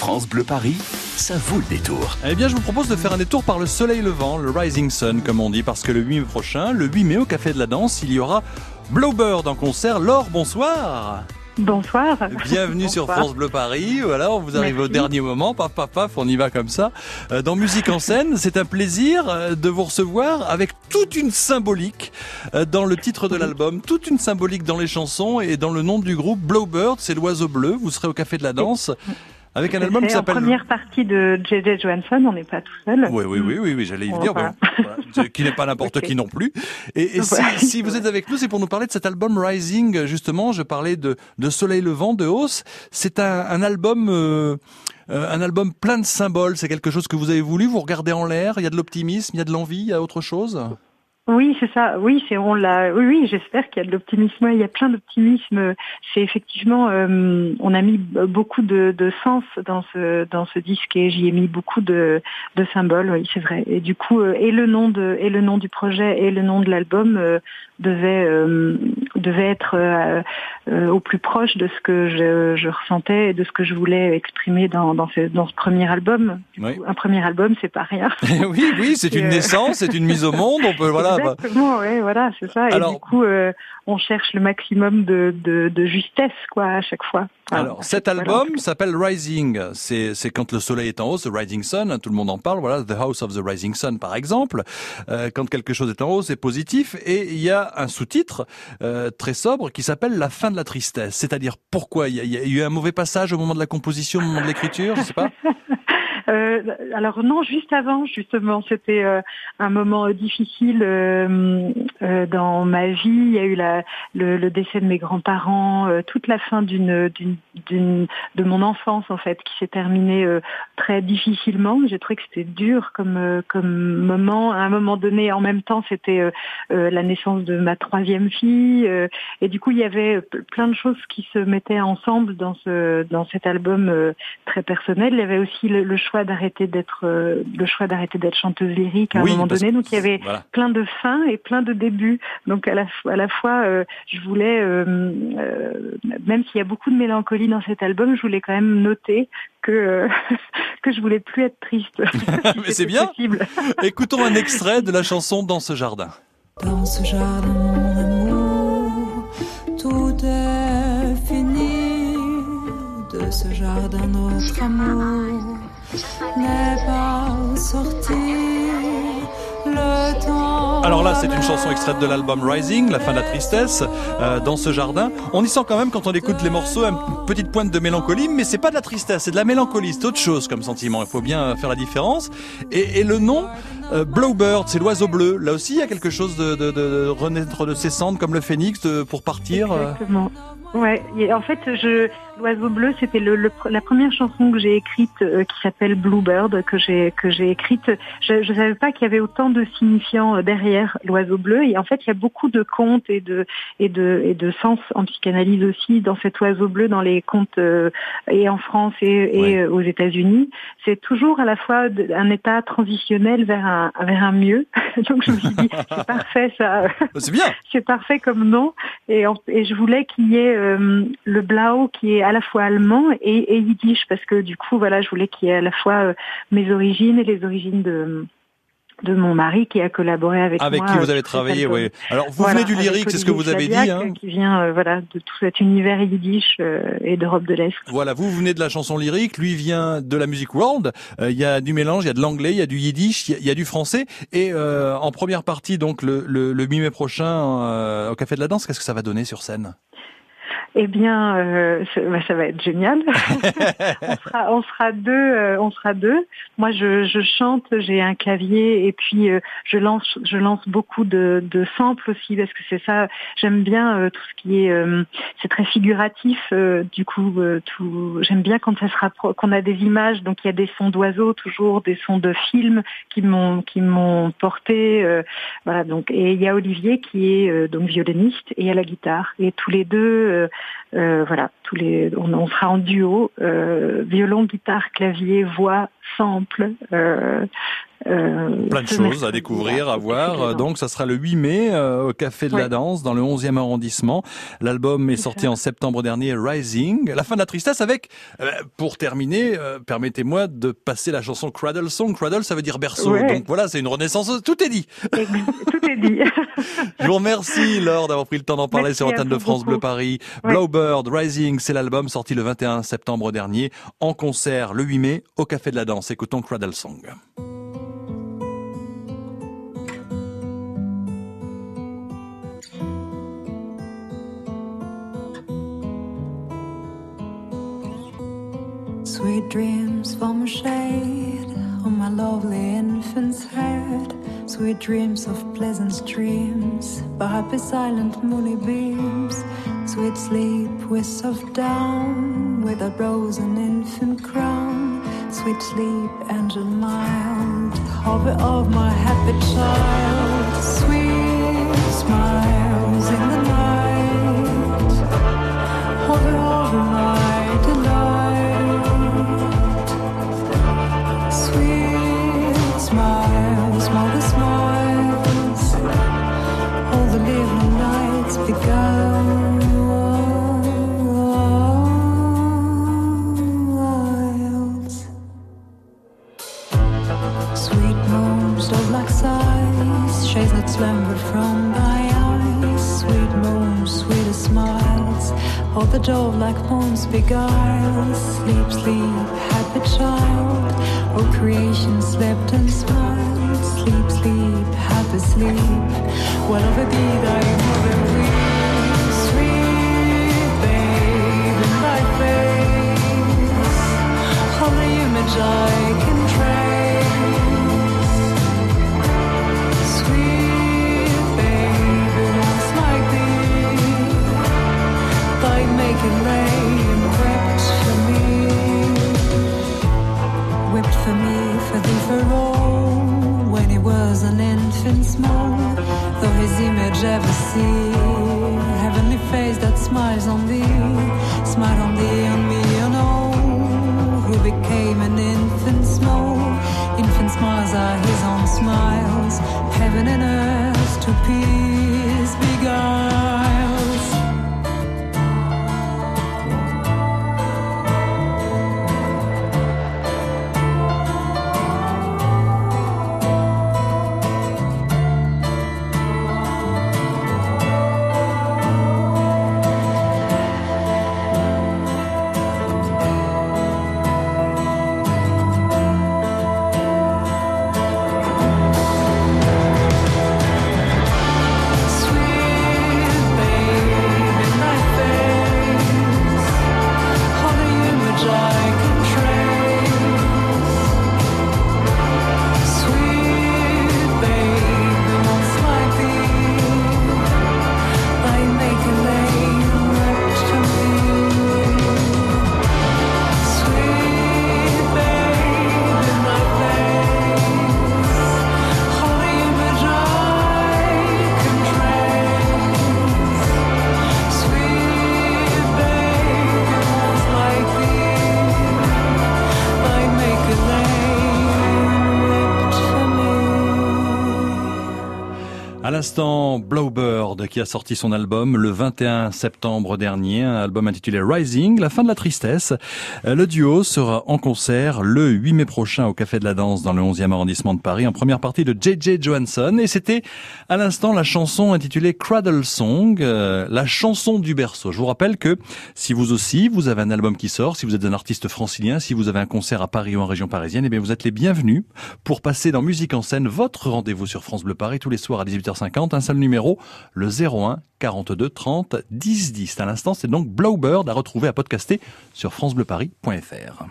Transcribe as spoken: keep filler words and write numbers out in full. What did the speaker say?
France Bleu Paris, ça vaut le détour. Eh bien, je vous propose de faire un détour par le soleil levant, le Rising Sun, comme on dit, parce que le huit mai prochain, le huit mai, au Café de la Danse, il y aura Blowbird en concert. Laure, bonsoir. Bonsoir. Bienvenue Bonsoir. sur France Bleu Paris. Voilà, on vous arrive Merci. au dernier moment. Paf, paf, paf, on y va comme ça. Euh, Dans Musique en scène, c'est un plaisir euh, de vous recevoir avec toute une symbolique euh, dans le titre de l'album, toute une symbolique dans les chansons et dans le nom du groupe. Blowbird, c'est l'oiseau bleu. Vous serez au Café de la Danse avec un album qui C'est en s'appelle... première partie de J J Johansson, on n'est pas tout seul. Oui, oui, oui, oui, oui, j'allais y On venir. va. Bon, voilà, qui n'est pas n'importe Ok. qui non plus. Et, et si, Ouais. si vous êtes avec nous, c'est pour nous parler de cet album Rising. Justement, je parlais de, de Soleil Levant, de Hausse. C'est un, un album, euh, euh, un album plein de symboles. C'est quelque chose que vous avez voulu. Vous regardez en l'air. Il y a de l'optimisme, il y a de l'envie, il y a autre chose. Oui, c'est ça. Oui, c'est on l'a. Oui, oui, j'espère qu'il y a de l'optimisme. Ouais, il y a plein d'optimisme. C'est effectivement, euh, on a mis beaucoup de, de sens dans ce dans ce disque et j'y ai mis beaucoup de, de symboles. Oui, c'est vrai. Et du coup, euh, et le nom de et le nom du projet et le nom de l'album euh, devait euh, devait être euh, euh, au plus proche de ce que je, je ressentais et de ce que je voulais exprimer dans dans ce dans ce premier album. Du Oui. coup, un premier album, c'est pas rien. oui, oui, c'est Et, une euh, naissance, c'est une mise au monde. On peut, voilà. bah, Exactement, ouais, voilà, c'est ça. Et Alors- du coup, euh, on cherche le maximum de, de, de justesse, quoi, à chaque fois. Enfin, Alors, à cet chaque fois, là, en tout album cas. s'appelle Rising. C'est, c'est quand le soleil est en hausse, The Rising Sun. hein, Tout le monde en parle. Voilà, The House of the Rising Sun, par exemple. Euh, quand quelque chose est en hausse, c'est positif. Et il y a un sous-titre euh, très sobre qui s'appelle La fin de la tristesse. C'est-à-dire pourquoi il y, a, il y a eu un mauvais passage au moment de la composition, au moment de l'écriture, je sais pas. Euh, alors non, juste avant, justement, c'était euh, un moment euh, difficile euh, euh, dans ma vie. Il y a eu la, le, le décès de mes grands-parents, euh, toute la fin d'une, d'une, d'une, de mon enfance en fait, qui s'est terminée euh, très difficilement. J'ai trouvé que c'était dur comme euh, comme moment. À un moment donné, en même temps, c'était euh, euh, la naissance de ma troisième fille, euh, et du coup, il y avait plein de choses qui se mettaient ensemble dans ce dans cet album euh, très personnel. Il y avait aussi le, le choix d'arrêter d'être euh, le choix d'arrêter d'être chanteuse lyrique à Oui, un moment parce donné. que- Donc il y avait voilà. plein de fins et plein de débuts. Donc à la fois à la fois euh, je voulais euh, euh, même s'il y a beaucoup de mélancolie dans cet album, je voulais quand même noter que euh, que je voulais plus être triste. si Mais c'est c'était bien. possible. Écoutons un extrait de la chanson Dans ce jardin. Dans ce jardin, mon amour, tout est fini. De ce jardin, notre amour n'est pas sorti. Le temps. Alors là, c'est une chanson extraite de l'album Rising, La fin de la tristesse, euh, Dans ce jardin. On y sent quand même, quand on écoute les morceaux, une petite pointe de mélancolie, mais c'est pas de la tristesse, c'est de la mélancolie, c'est autre chose comme sentiment. Il faut bien faire la différence. Et, et le nom, euh, Blowbird, c'est l'oiseau bleu. Là aussi, il y a quelque chose de, de, de renaître de ses cendres, comme le phénix, de, pour partir. euh. Exactement. Ouais. Et en fait, je l'oiseau bleu, c'était le, le- la première chanson que j'ai écrite euh, qui s'appelle Bluebird que j'ai que j'ai écrite. Je, je savais pas qu'il y avait autant de signifiants euh, derrière l'oiseau bleu. Et en fait, il y a beaucoup de contes et de et de et de sens en psychanalyse aussi dans cet oiseau bleu, dans les contes euh, et en France et, et Ouais. euh, aux États-Unis. C'est toujours à la fois de- un état transitionnel vers un vers un mieux. Donc je me suis dit, c'est parfait ça. C'est bien. C'est parfait comme nom. Et, en- et je voulais qu'il y ait euh, le Blau qui est à la fois allemand et, et yiddish parce que du coup, voilà, je voulais qu'il y ait à la fois euh, mes origines et les origines de de mon mari qui a collaboré avec, Avec moi. qui vous euh, avez sur cet travaillé, album. oui. Alors, vous Voilà, venez du avec lyrique, c'est ce que vous Olivier avez dit. Cadillac, Hein. qui vient euh, voilà de tout cet univers yiddish euh, et d'Europe de l'Est. Voilà, vous venez de la chanson lyrique, lui vient de la music world. Euh, Il y a du mélange, il y a de l'anglais, il y a du yiddish, il y a, il y a du français. Et euh, en première partie, donc le, le, le mi-mai prochain, euh, au Café de la Danse, qu'est-ce que ça va donner sur scène? Eh bien, euh, ça, bah, ça va être génial. on sera, on sera deux, euh, on sera deux. Moi, je, je chante, j'ai un clavier et puis euh, je lance, je lance beaucoup de, de samples aussi parce que c'est ça. J'aime bien euh, tout ce qui est, euh, c'est très figuratif. Euh, du coup, euh, tout, j'aime bien quand ça se rappro- qu'on a des images. Donc, il y a des sons d'oiseaux toujours, des sons de films qui m'ont, qui m'ont porté. Euh, voilà. Donc, et il y a Olivier qui est euh, donc violoniste et à la guitare et tous les deux. Euh, Euh, voilà, tous les, on, on sera en duo, euh, violon, guitare, clavier, voix, sample. Euh, Euh, Plein de choses à découvrir, à voir. Donc, ça sera le huit mai euh, au Café de ouais. la Danse, dans le onzième arrondissement. L'album est, est sorti ça. en septembre dernier, Rising. La fin de la tristesse avec, euh, pour terminer, euh, permettez-moi de passer la chanson Cradle Song. Cradle, ça veut dire berceau. Ouais. Donc voilà, c'est une renaissance. Tout est dit. Tout est dit. Je vous remercie, Laure, d'avoir pris le temps d'en parler Merci sur l'antenne de France beaucoup. Bleu Paris. Ouais. Blowbird, Rising, c'est l'album sorti le vingt et un septembre dernier, en concert le huit mai au Café de la Danse. Écoutons Cradle Song. Sweet dreams from a shade on my lovely infant's head. Sweet dreams of pleasant dreams by happy silent moony beams. Sweet sleep with soft down without rose and infant crown. Sweet sleep, angel mild, hover of my happy child. Sweet smiles in the night, hover over my delight. Sweet smiles, mother smiles, all the living nights begun. Shades that slumber from thy eyes. Sweet moons, sweetest smiles, all the dove like moons beguile. Sleep, sleep, happy child, all creation slept and smiled. Sleep, sleep, happy sleep, while over thee thy mother weeps. Sweet babe in thy face, all the image I can trace. Making lay and wept for me, wept for me, for thee, for all. When he was an infant small, though his image ever see, heavenly face that smiles on thee, smile on thee, on me, on all who became an infant small. Infant smiles are his own smiles, heaven and earth to peace beguiles. À l'instant, Blowbird qui a sorti son album le vingt et un septembre dernier, un album intitulé Rising, la fin de la tristesse. Le duo sera en concert le huit mai prochain au Café de la Danse dans le onzième arrondissement de Paris, en première partie de J J Johansson. Et c'était à l'instant la chanson intitulée Cradle Song, euh, la chanson du berceau. Je vous rappelle que si vous aussi, vous avez un album qui sort, si vous êtes un artiste francilien, si vous avez un concert à Paris ou en région parisienne, eh bien vous êtes les bienvenus pour passer dans Musique en scène, votre rendez-vous sur France Bleu Paris tous les soirs à dix-huit heures cinquante, un seul numéro, le zéro un quarante-deux trente dix dix. À l'instant, c'est donc Blowbird à retrouver, à podcaster sur francebleuparis point fr.